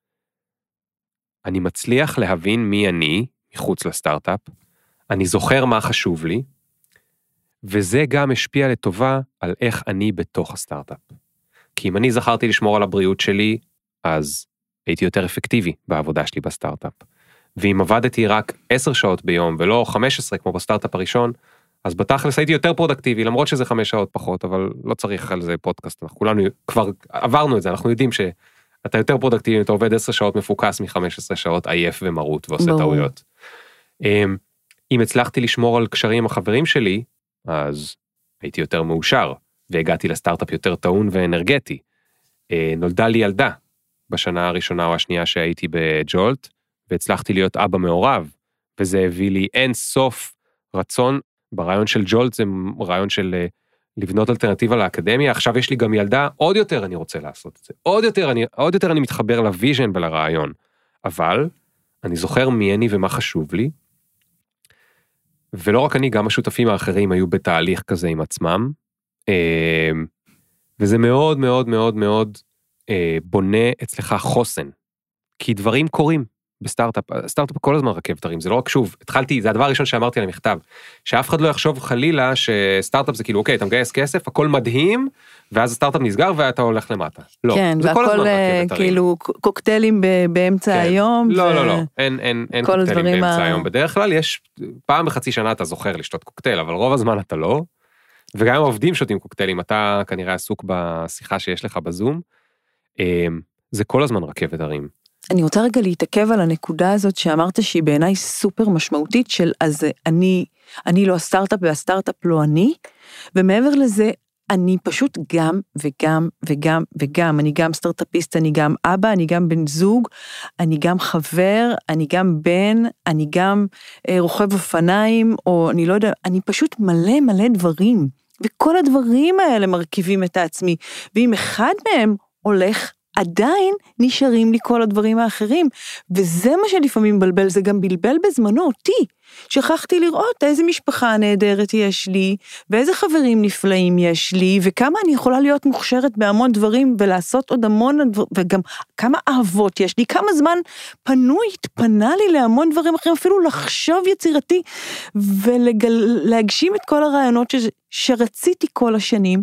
אני מצליח להבין מי אני מחוץ לסטארט-אפ, אני זוכר מה חשוב לי, וזה גם השפיע לטובה על איך אני בתוך הסטארט-אפ. כי אם אני זכרתי לשמור על הבריאות שלי, אז הייתי יותר אפקטיבי בעבודה שלי בסטארט-אפ. ואם עבדתי רק 10 שעות ביום, ולא 15 כמו בסטארט-אפ הראשון, אז בתכלס הייתי יותר פרודקטיבי, למרות שזה 5 שעות פחות, אבל לא צריך על זה פודקאסט. אנחנו כולנו כבר עברנו את זה, אנחנו יודעים שאתה יותר פרודקטיבי, אתה עובד 10 שעות מפוקס מ-15 שעות עייף ומרות ועושה טעויות. אם הצלחתי לשמור על קשרים עם החברים שלי, אז הייתי יותר מאושר, והגעתי לסטארט-אפ יותר טעון ואנרגטי. נולדה לי ילדה בשנה הראשונה או השנייה שהייתי בג'ולט, והצלחתי להיות אבא מעורב, וזה הביא לי אין סוף רצון. ברעיון של ג'ולט זה רעיון של לבנות אלטרנטיבה לאקדמיה, עכשיו יש לי גם ילדה, עוד יותר אני רוצה לעשות את זה, עוד יותר אני מתחבר לוויז'ן ולרעיון, אבל אני זוכר מי אני ומה חשוב לי, ולא רק אני, גם השותפים האחרים היו בתהליך כזה עם עצמם, וזה מאוד מאוד מאוד מאוד בונה אצלך חוסן, כי דברים קורים בסטארט-אפ, סטארט-אפ כל הזמן רכב תרים, זה לא רק שוב, זה הדבר הראשון שאמרתי על המכתב, שאף אחד לא יחשוב חלילה שסטארט-אפ זה כאילו, אוקיי, אתה מגייס כסף, הכל מדהים, ואז הסטארט-אפ נסגר ואתה הולך למטה. לא, כן, זה כל הזמן רכב תרים. כאילו קוקטיילים באמצע היום. לא, אין קוקטיילים באמצע היום. בדרך כלל יש, פעם בחצי שנה אתה זוכר לשתות קוקטייל, אבל רוב הזמן אתה לא, וגם העובדים שותים קוקטיילים, אתה כנראה עסוק בשיחה שיש לך בזום, זה כל הזמן רכבת הרים. אני רוצה רגע להתעכב על הנקודה הזאת שאמרת שהיא בעיניי סופר משמעותית של אז אני לא הסטארט-אפ והסטארט-אפ לא אני, ומעבר לזה אני פשוט גם וגם וגם וגם, אני גם סטארט-אפיסט, אני גם אבא, אני גם בן זוג, אני גם חבר, אני גם בן, אני גם רוכב אופניים, או אני לא יודע, אני פשוט מלא מלא דברים, וכל הדברים האלה מרכיבים את העצמי, ואם אחד מהם הולך, עדיין נשארים לי כל הדברים האחרים, וזה מה שלפעמים בלבל, זה גם בלבל בזמנו אותי, שכחתי לראות איזה משפחה נהדרת יש לי, ואיזה חברים נפלאים יש לי, וכמה אני יכולה להיות מוכשרת בהמון דברים, ולעשות עוד המון, וגם כמה אהבות יש לי, כמה זמן פנוי, התפנה לי להמון דברים אחרים, אפילו לחשוב יצירתי, ולהגשים את כל הרעיונות שרציתי כל השנים,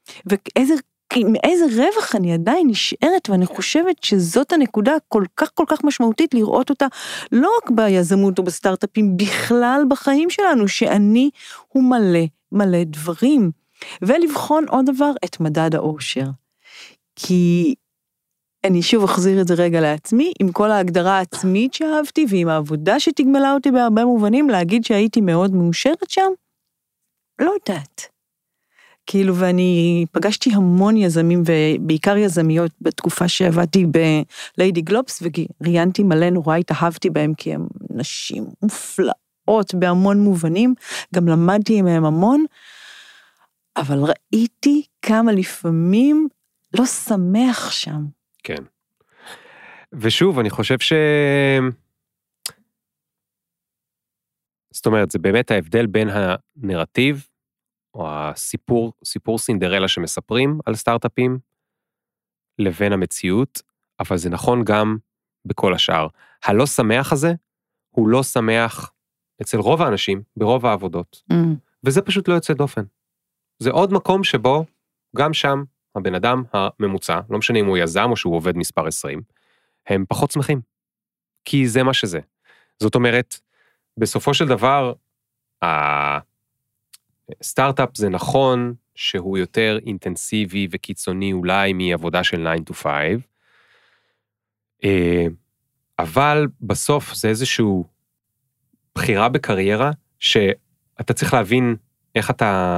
מאיזה רווח אני עדיין נשארת, ואני חושבת שזאת הנקודה כל כך משמעותית לראות אותה, לא רק ביזמות או בסטארט-אפים, בכלל בחיים שלנו, שאני הוא מלא דברים. ולבחון עוד דבר, את מדד האושר. כי אני שוב אחזיר את זה רגע לעצמי, עם כל ההגדרה העצמית שאהבתי, ועם העבודה שתגמלה אותי בהרבה מובנים, להגיד שהייתי מאוד מאושרת שם, לא יודעת. כאילו, ואני פגשתי המון יזמים, ובעיקר יזמיות בתקופה שעבדתי בליידי גלובס, וראיינתי מלא, נורא התאהבתי בהם, כי הם נשים מופלאות בהמון מובנים, גם למדתי מהם המון, אבל ראיתי כמה לפעמים לא שמח שם. כן. ושוב, אני חושב זאת אומרת, זה באמת ההבדל בין הנרטיב, או סיפור סינדרלה שמספרים על סטארט-אפים, לבין המציאות, אבל זה נכון גם בכל השאר. הלא שמח הזה, הוא לא שמח אצל רוב האנשים, ברוב העבודות. וזה פשוט לא יוצא דופן. זה עוד מקום שבו, גם שם, הבן אדם הממוצע, לא משנה אם הוא יזם או שהוא עובד מספר 20, הם פחות שמחים. כי זה מה שזה. זאת אומרת, בסופו של דבר, סטארט-אפ זה נכון שהוא יותר אינטנסיבי וקיצוני אולי מעבודה של 9 to 5, אבל בסוף זה איזשהו בחירה בקריירה שאתה צריך להבין איך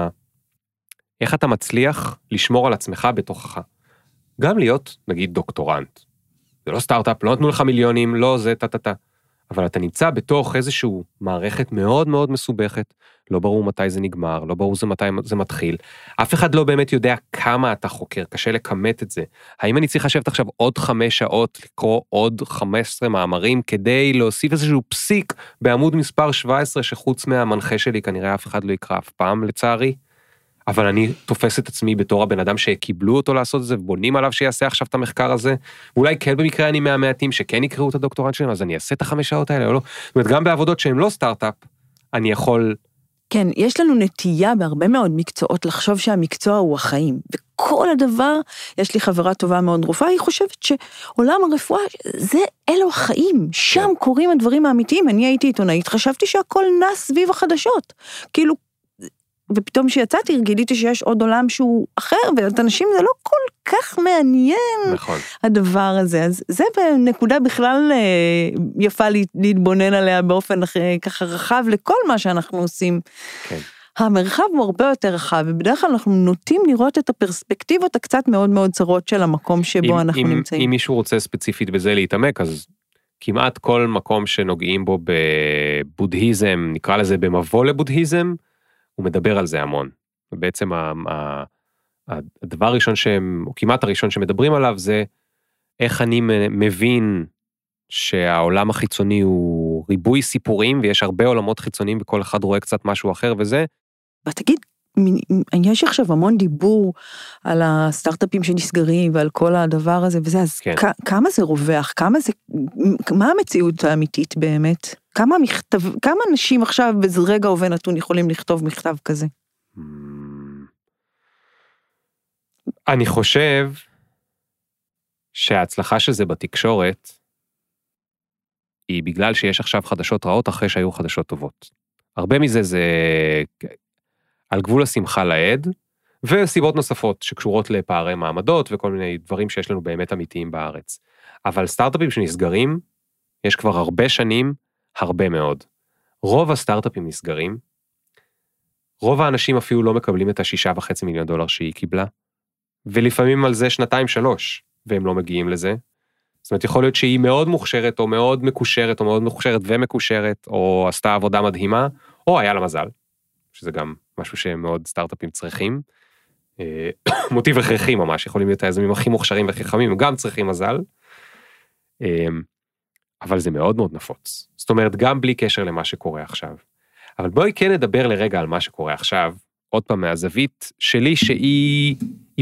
אתה מצליח לשמור על עצמך בתוכך. גם להיות, נגיד, דוקטורנט. זה לא סטארט-אפ, לא נתנו לך מיליונים, לא זה, אבל אתה נמצא בתוך איזשהו מערכת מאוד מאוד מסובכת, לא ברור מתי זה נגמר, לא ברור מתי זה מתחיל, אף אחד לא באמת יודע כמה אתה חוקר, קשה לכמת את זה. האם אני צריך לשבת עכשיו עוד 5 שעות, לקרוא עוד 15 מאמרים, כדי להוסיף איזשהו פסיק בעמוד מספר 17, שחוץ מהמנחה שלי, כנראה אף אחד לא יקרא אף פעם לצערי, אבל אני תופס את עצמי בתור הבן אדם שקיבלו אותו לעשות את זה, ובונים עליו שיעשה עכשיו את המחקר הזה, ואולי כן במקרה אני מהמעטים שכן יקראו את הדוקטורנט שלהם, אז אני אעשה את 5 שעות האלה, או לא? זאת אומרת, גם בעבודות שהן לא סטארט-אפ, אני יכול... כן, יש לנו נטייה בהרבה מאוד מקצועות לחשוב שהמקצוע הוא החיים, וכל הדבר, יש לי חברה טובה מאוד רופאה, היא חושבת שעולם הרפואה, אלו החיים, שם קורים הדברים האמיתיים, אני הייתי עיתונאית, חשבתי שהכל נס סביב החדשות, כאילו, ופתאום שיצאתי, גיליתי שיש עוד עולם שהוא אחר, ואת אנשים זה לא כל כך מעניין, נכון. הדבר הזה, אז זה בנקודה בכלל יפה להתבונן עליה באופן ככה רחב לכל מה שאנחנו עושים. כן. המרחב הוא הרבה יותר רחב, ובדרך כלל אנחנו נוטים לראות את הפרספקטיבות הקצת מאוד מאוד צרות של המקום שבו אנחנו נמצאים. אם מישהו רוצה ספציפית בזה להתעמק, אז כמעט כל מקום שנוגעים בו בבודהיזם, נקרא לזה במבוא לבודהיזם, הוא מדבר על זה המון. ובעצם הדבר הראשון או כמעט הראשון שמדברים עליו זה איך אני מבין שהעולם החיצוני הוא ריבוי סיפורים, ויש הרבה עולמות חיצוניים וכל אחד רואה קצת משהו אחר וזה. ותגיד, יש עכשיו המון דיבור על הסטארט-אפים שנסגרים ועל כל הדבר הזה וזה, אז כן. כמה זה רווח? מה המציאות האמיתית באמת? כמה אנשים עכשיו ברגע ובנתון יכולים לכתוב מכתב כזה? אני חושב שההצלחה של זה בתקשורת היא בגלל שיש עכשיו חדשות רעות אחרי שהיו חדשות טובות. הרבה מזה זה על גבול השמחה לעד, וסיבות נוספות שקשורות לפערי מעמדות וכל מיני דברים שיש לנו באמת אמיתיים בארץ. אבל סטארט-אפים שנסגרים, יש כבר הרבה שנים, הרבה מאוד. רוב הסטארט-אפים נסגרים, רוב האנשים אפילו לא מקבלים את $6.5 מיליון שהיא קיבלה, ולפעמים על זה 2-3, והם לא מגיעים לזה. זאת אומרת, יכול להיות שהיא מאוד מוכשרת, או מאוד מקושרת, או מאוד מוכשרת ומקושרת, או עשתה עבודה מדהימה, או היה לה מזל, שזה גם משהו שמאוד סטארט-אפים צריכים. מוטיב הכרחי ממש, יכולים להיות היזמים הכי מוכשרים והכי חכמים, גם צריכים מזל. אבל זה מאוד מאוד נפוץ. זאת אומרת, גם בלי קשר למה שקורה עכשיו. אבל בואי כן נדבר לרגע על מה שקורה עכשיו, עוד פעם מהזווית שלי, שהיא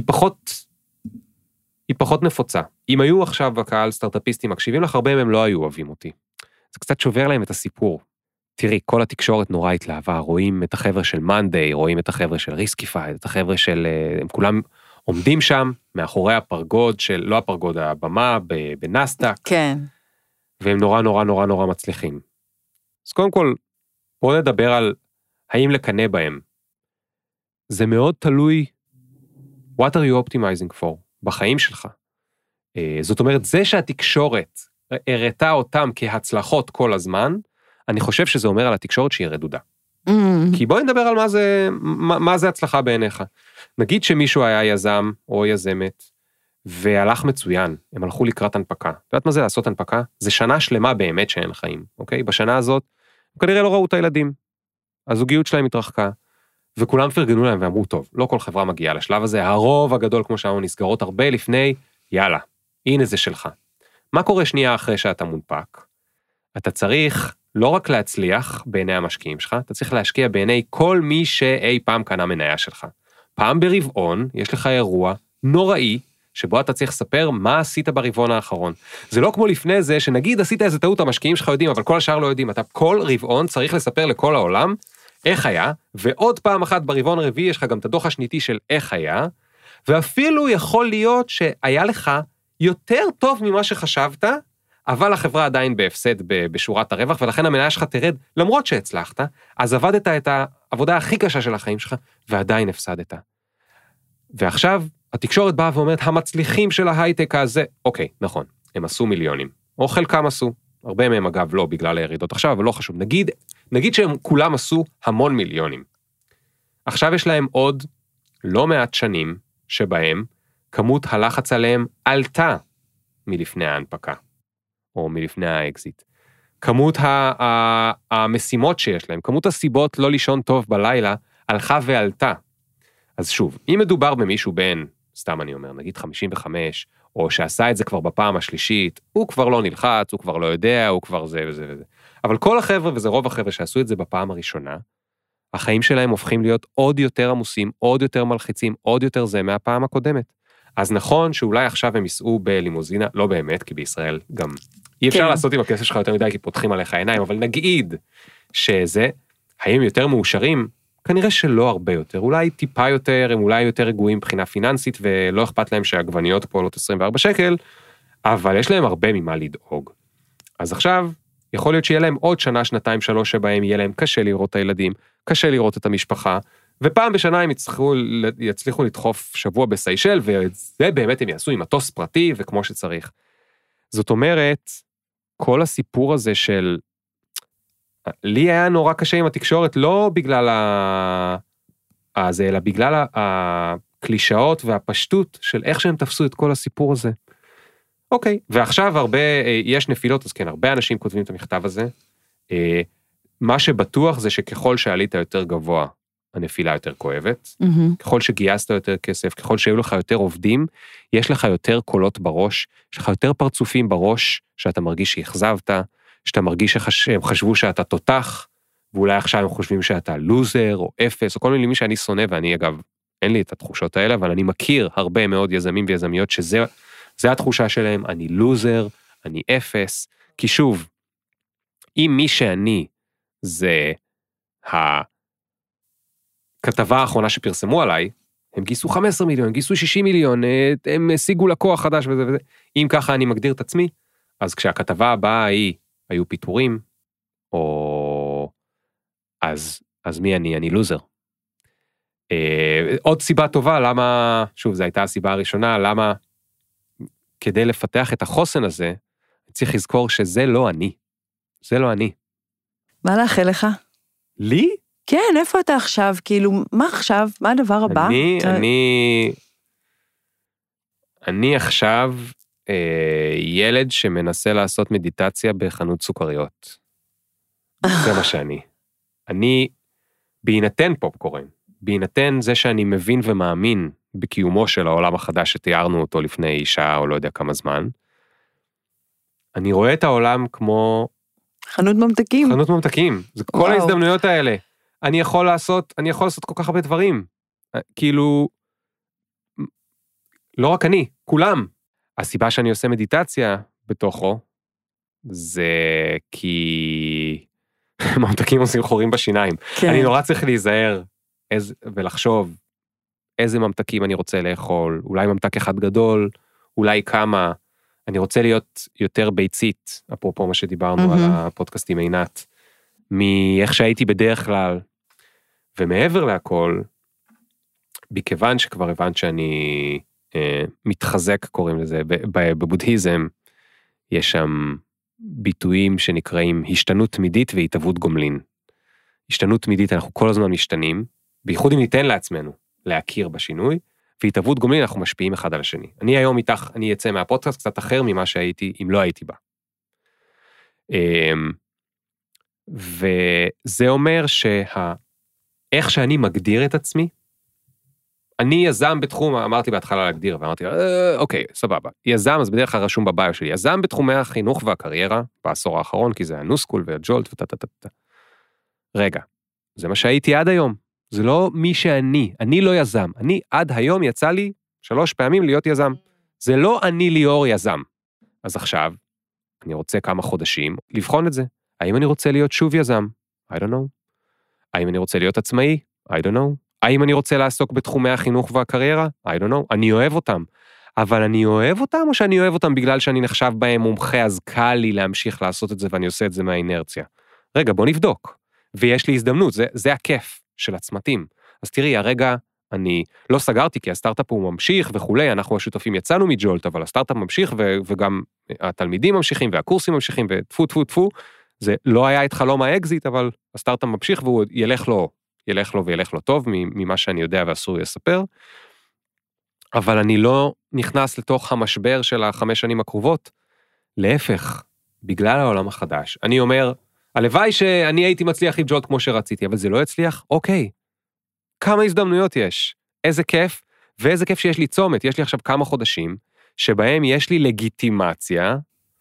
פחות נפוצה. אם היו עכשיו בקהל סטארט-אפיסטים מקשיבים לך, הרבה מהם לא היו אוהבים אותי. זה קצת שובר להם את הסיפור. תראי, כל התקשורת נורא התלהבה, רואים את החבר'ה של Monday, רואים את החבר'ה של Riskify, את החבר'ה של, הם כולם עומדים שם, מאחורי הפרגוד של, לא הפרגוד, הבמה, בנסדק. כן. והם נורא נורא נורא נורא מצליחים. אז קודם כל, בואו נדבר על האם לקנה בהם. זה מאוד תלוי, what are you optimizing for, בחיים שלך. זאת אומרת, זה שהתקשורת הראתה אותם כהצלחות כל הזמן, אני חושב שזה אומר על התקשורת שהיא רדודה. כי בואי נדבר על מה זה הצלחה בעיניך. נגיד שמישהו היה יזם או יזמת, והלך מצוין, הם הלכו לקראת הנפקה. אתה יודעת מה זה לעשות הנפקה? זה שנה שלמה באמת שאין חיים, אוקיי? בשנה הזאת, הם כנראה לא ראו את הילדים. הזוגיות שלהם התרחקה, וכולם פרגנו להם ואמרו, טוב, לא כל חברה מגיעה לשלב הזה, הרוב הגדול, כמו שאמרו, נסגרות הרבה לפני, יאללה, הנה זה שלך. מה קורה שנייה אחרי שאתה מונפק? אתה צריך לא רק להצליח בעיני המשקיעים שלך, אתה צריך להשקיע בעיני כל מי שאי פעם קנה מניה שלך. פעם ברבעון, יש לך אירוע נוראי, שבו אתה צריך לספר מה עשית ברבעון האחרון. זה לא כמו לפני זה, שנגיד עשית איזה טעות, המשקיעים שלך יודעים, אבל כל השאר לא יודעים. אתה כל רבעון צריך לספר לכל העולם איך היה, ועוד פעם אחת ברבעון הרביעי יש לך גם את הדוח השניתי של איך היה, ואפילו יכול להיות שהיה לך יותר טוב ממה שחשבת, אבל החברה עדיין בהפסד בשורת הרווח, ולכן המניה שלך תרד, למרות שהצלחת, אז עבדת את העבודה הכי קשה של החיים שלך, ועדיין הפסדת. ועכשיו, התקשורת באה ואומרת, המצליחים של ההייטק הזה, אוקיי, נכון, הם עשו מיליונים, או חלקם עשו, הרבה מהם אגב לא בגלל הירידות עכשיו, אבל לא חשוב, נגיד שהם כולם עשו המון מיליונים. עכשיו יש להם עוד לא מעט שנים, שבהם כמות הלחץ עליהם עלתה מלפני ההנפקה, או מלפני האקזיט. כמות המשימות שיש להם, כמות הסיבות לא לישון טוב בלילה, הלכה ועלתה. אז שוב, אם מדובר במישהו בין, סתם אני אומר, נגיד 55, או שעשה את זה כבר בפעם השלישית, הוא כבר לא נלחץ, הוא כבר לא יודע, הוא כבר זה וזה וזה. אבל כל החבר'ה, וזה רוב החבר'ה שעשו את זה בפעם הראשונה, החיים שלהם הופכים להיות עוד יותר עמוסים, עוד יותר מלחיצים, עוד יותר זה מהפעם הקודמת. אז נכון שאולי עכשיו הם ייסעו בלימוזינה, לא באמת, כי בישראל גם אי אפשר לעשות עם הכסף שלך יותר מדי, כי פותחים עליך העיניים, אבל נגיד שזה, האם יותר מאושרים, כנראה שלא הרבה יותר, אולי טיפה יותר, הם אולי יותר רגועים מבחינה פיננסית, ולא אכפת להם שהעגבניות פועלות 24 שקל, אבל יש להם הרבה ממה לדאוג. אז עכשיו, יכול להיות שיהיה להם עוד שנה, שנתיים, 3, שבהם יהיה להם קשה לראות את הילדים, קשה לראות את המשפחה, ופעם בשנה הם יצליחו לדחוף שבוע בסיישל, וזה באמת הם יעשו עם מטוס פרטי, וכמו שצריך. זאת אומרת, כל הסיפור הזה של, לי היה נורא קשה עם התקשורת, לא בגלל זה, אלא בגלל הקלישאות והפשטות של איך שהם תפסו את כל הסיפור הזה. אוקיי, ועכשיו יש נפילות, אז כן, הרבה אנשים כותבים את המכתב הזה. מה שבטוח זה שככל שעלית יותר גבוה, הנפילה יותר כואבת. ככל שגייסת יותר כסף, ככל שהיו לך יותר עובדים, יש לך יותר קולות בראש, יש לך יותר פרצופים בראש, שאתה מרגיש שהחזבת, שאתה מרגיש שהם חשבו שאתה תותח, ואולי עכשיו הם חושבים שאתה לוזר או אפס, או כל מיני מי שאני שונא, ואני אגב, אין לי את התחושות האלה, אבל אני מכיר הרבה מאוד יזמים ויזמיות, שזה התחושה שלהם, אני לוזר, אני אפס, כי שוב, אם מי שאני, זה הכתבה האחרונה שפרסמו עליי, הם גייסו 15 מיליון, הם גייסו 60 מיליון, הם השיגו לקוח חדש וזה וזה, אם ככה אני מגדיר את עצמי, אז כשהכתבה הבאה היו פיטורים, או אז מי אני? אני לוזר. עוד סיבה טובה, למה, שוב, זו הייתה הסיבה הראשונה, למה כדי לפתח את החוסן הזה, צריך לזכור שזה לא אני. זה לא אני. מה לאחל לך? לי? כן, איפה אתה עכשיו? כאילו, מה עכשיו? מה הדבר הבא? אני עכשיו ילד שמנסה לעשות מדיטציה בחנות סוכריות. זה מה שאני. אני, בהינתן פופקורן, בהינתן זה שאני מבין ומאמין בקיומו של העולם החדש שתיארנו אותו לפני שעה או לא יודע כמה זמן, אני רואה את העולם כמו... חנות ממתקים. חנות ממתקים. זה כל ההזדמנויות האלה. אני יכול לעשות כל כך הרבה דברים. כאילו, לא רק אני, כולם. הסיבה שאני עושה מדיטציה בתוכו, זה כי ממתקים עושים חורים בשיניים. כן. אני נורא צריך להיזהר ולחשוב איזה ממתקים אני רוצה לאכול, אולי ממתק אחד גדול, אולי כמה, אני רוצה להיות יותר ביצית, אפרופו מה שדיברנו על הפודקאסט עם עינת, מאיך שהייתי בדרך כלל, ומעבר להכל, בכיוון שכבר הבנת שאני מתחזק, קוראים לזה, בבודהיזם, יש שם ביטויים שנקראים השתנות תמידית והתהוות גומלין. השתנות תמידית, אנחנו כל הזמן משתנים, בייחוד אם ניתן לעצמנו להכיר בשינוי, והתהוות גומלין, אנחנו משפיעים אחד על השני. אני היום איתך, אני אצא מהפודקאסט קצת אחר ממה שהייתי, אם לא הייתי בה. וזה אומר איך שאני מגדיר את עצמי, אני יזם בתחום, אמרתי בהתחלה להגדיר, ואמרתי, אוקיי, סבבה. יזם, אז בדרך כלל רשום בביו שלי, יזם בתחומי החינוך והקריירה, בעשור האחרון, כי זה הנוסקול והג'ולט וטטטטט. רגע, זה מה שהייתי עד היום. זה לא מי אני לא יזם. אני עד היום יצא לי 3 פעמים להיות יזם. זה לא אני ליאור יזם. אז עכשיו, אני רוצה כמה חודשים לבחון את זה. האם אני רוצה להיות שוב יזם? I don't know. האם אני רוצה להיות עצמאי? I don't know. האם אני רוצה לעסוק בתחומי החינוך והקריירה? I don't know. אני אוהב אותם. אבל אני אוהב אותם, או שאני אוהב אותם בגלל שאני נחשב בהם מומחה, אז קל לי להמשיך לעשות את זה, ואני עושה את זה מהאינרציה. רגע, בוא נבדוק. ויש לי הזדמנות, זה הכיף של הצמתים. אז תראי, הרגע אני לא סגרתי, כי הסטארט-אפ הוא ממשיך וכולי, אנחנו השותפים יצאנו מג'ולט, אבל הסטארט-אפ ממשיך, וגם התלמידים ממשיכים, והקורסים ממשיכים, וטפו, טפו, טפו. זה לא היה את חלום האקזיט, אבל הסטארט-אפ ממשיך, והוא ילך לו טוב, ממה שאני יודע ואסור יספר. אבל אני לא נכנס לתוך המשבר של 5 שנים הקרובות, להפך, בגלל העולם החדש. אני אומר, הלוואי שאני הייתי מצליח עם ג'ולט כמו שרציתי, אבל זה לא יצליח, אוקיי. כמה הזדמנויות יש, איזה כיף, ואיזה כיף שיש לי צומת, יש לי עכשיו כמה חודשים, שבהם יש לי לגיטימציה,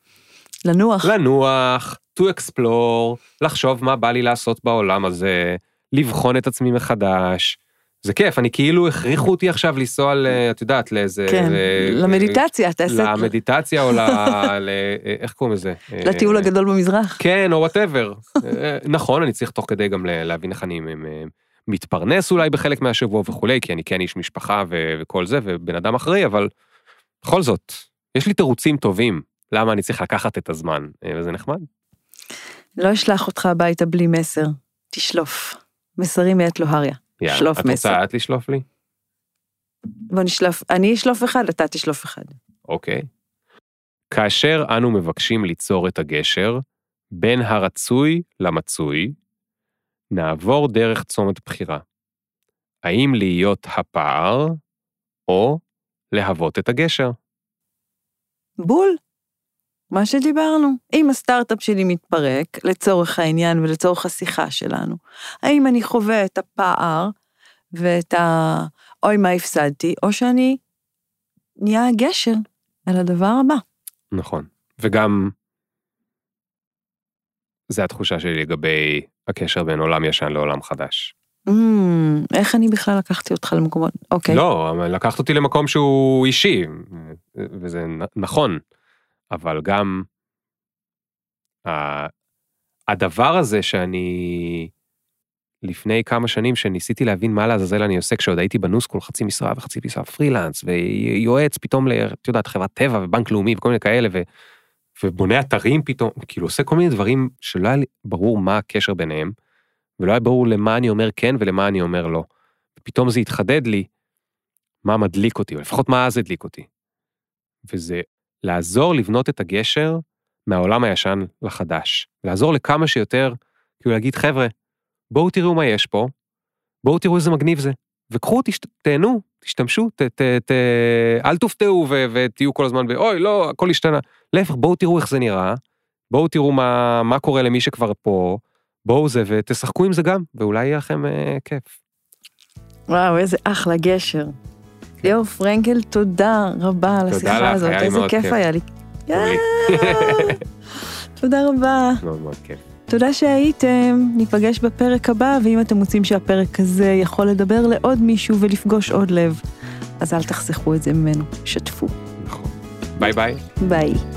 לנוח, to explore, לחשוב מה בא לי לעשות בעולם הזה, לבחון את עצמי מחדש, זה כיף, אני כאילו הכריחו אותי עכשיו לנסוע, את יודעת, לאיזה... כן, למדיטציה, תעשה... למדיטציה או איך קוראים לזה? לטיול הגדול במזרח. כן, או whatever. נכון, אני צריך תוך כדי גם להבין איך אני מתפרנס אולי בחלק מהשבוע וכולי, כי אני כן איש משפחה וכל זה, ובן אדם אחראי, אבל בכל זאת, יש לי תירוצים טובים, למה אני צריך לקחת את הזמן, וזה נחמד. לא אשלח אותך הביתה בלי מסר, תשלוף. מסרים מאת לוהריה. שלוף מסר. את רוצה את לשלוף לי? בוא נשלוף, אני אשלוף אחד, אתה תשלוף אחד. אוקיי. כאשר אנו מבקשים ליצור את הגשר, בין הרצוי למצוי, נעבור דרך צומת בחירה. האם להיות הפער, או להוות את הגשר? בול. מה שדיברנו. אם הסטארט-אפ שלי מתפרק, לצורך העניין ולצורך השיחה שלנו, האם אני חווה את הפער, ואת אוי מה הפסדתי, או שאני נהיה הגשר על הדבר הבא. נכון. וגם, זה התחושה שלי לגבי הקשר בין עולם ישן לעולם חדש. איך אני בכלל לקחתי אותך למקומות? אוקיי. לא, לקחת אותי למקום שהוא אישי, וזה נכון, אבל גם הדבר הזה שאני לפני כמה שנים שניסיתי להבין מה לעזאזל אני עושה, כשעוד הייתי בנוסקול חצי משרה וחצי משרה פרילנס, ויועץ פתאום את יודעת, חברת טבע ובנק לאומי וכל מיני כאלה, ובונה אתרים פתאום, כאילו עושה כל מיני דברים שלא היה לי ברור מה הקשר ביניהם, ולא היה ברור למה אני אומר כן ולמה אני אומר לא. ופתאום זה התחדד לי מה מדליק אותי, או לפחות מה אז הדליק אותי. וזה לעזור לבנות את הגשר מהעולם הישן לחדש. לעזור לכמה שיותר, כאילו להגיד חבר'ה, בואו תראו מה יש פה, בואו תראו איזה מגניב זה, וקחו, תהנו, תשתמשו, אל תופתעו ותהיו כל הזמן אוי, לא, הכל השתנה. להפך, בואו תראו איך זה נראה, בואו תראו מה קורה למי שכבר פה, בואו זה ותשחקו עם זה גם, ואולי יהיה לכם כיף. וואו, איזה אחלה גשר. ליאור פרנקל, תודה רבה על השיחה הזאת, איזה כיף היה לי. תודה רבה. מאוד מאוד כיף. תודה שהייתם, ניפגש בפרק הבא, ואם אתם רוצים שהפרק הזה יכול לדבר לעוד מישהו ולפגוש עוד לב, אז אל תחסכו את זה ממנו, שתפו. נכון. ביי ביי. ביי.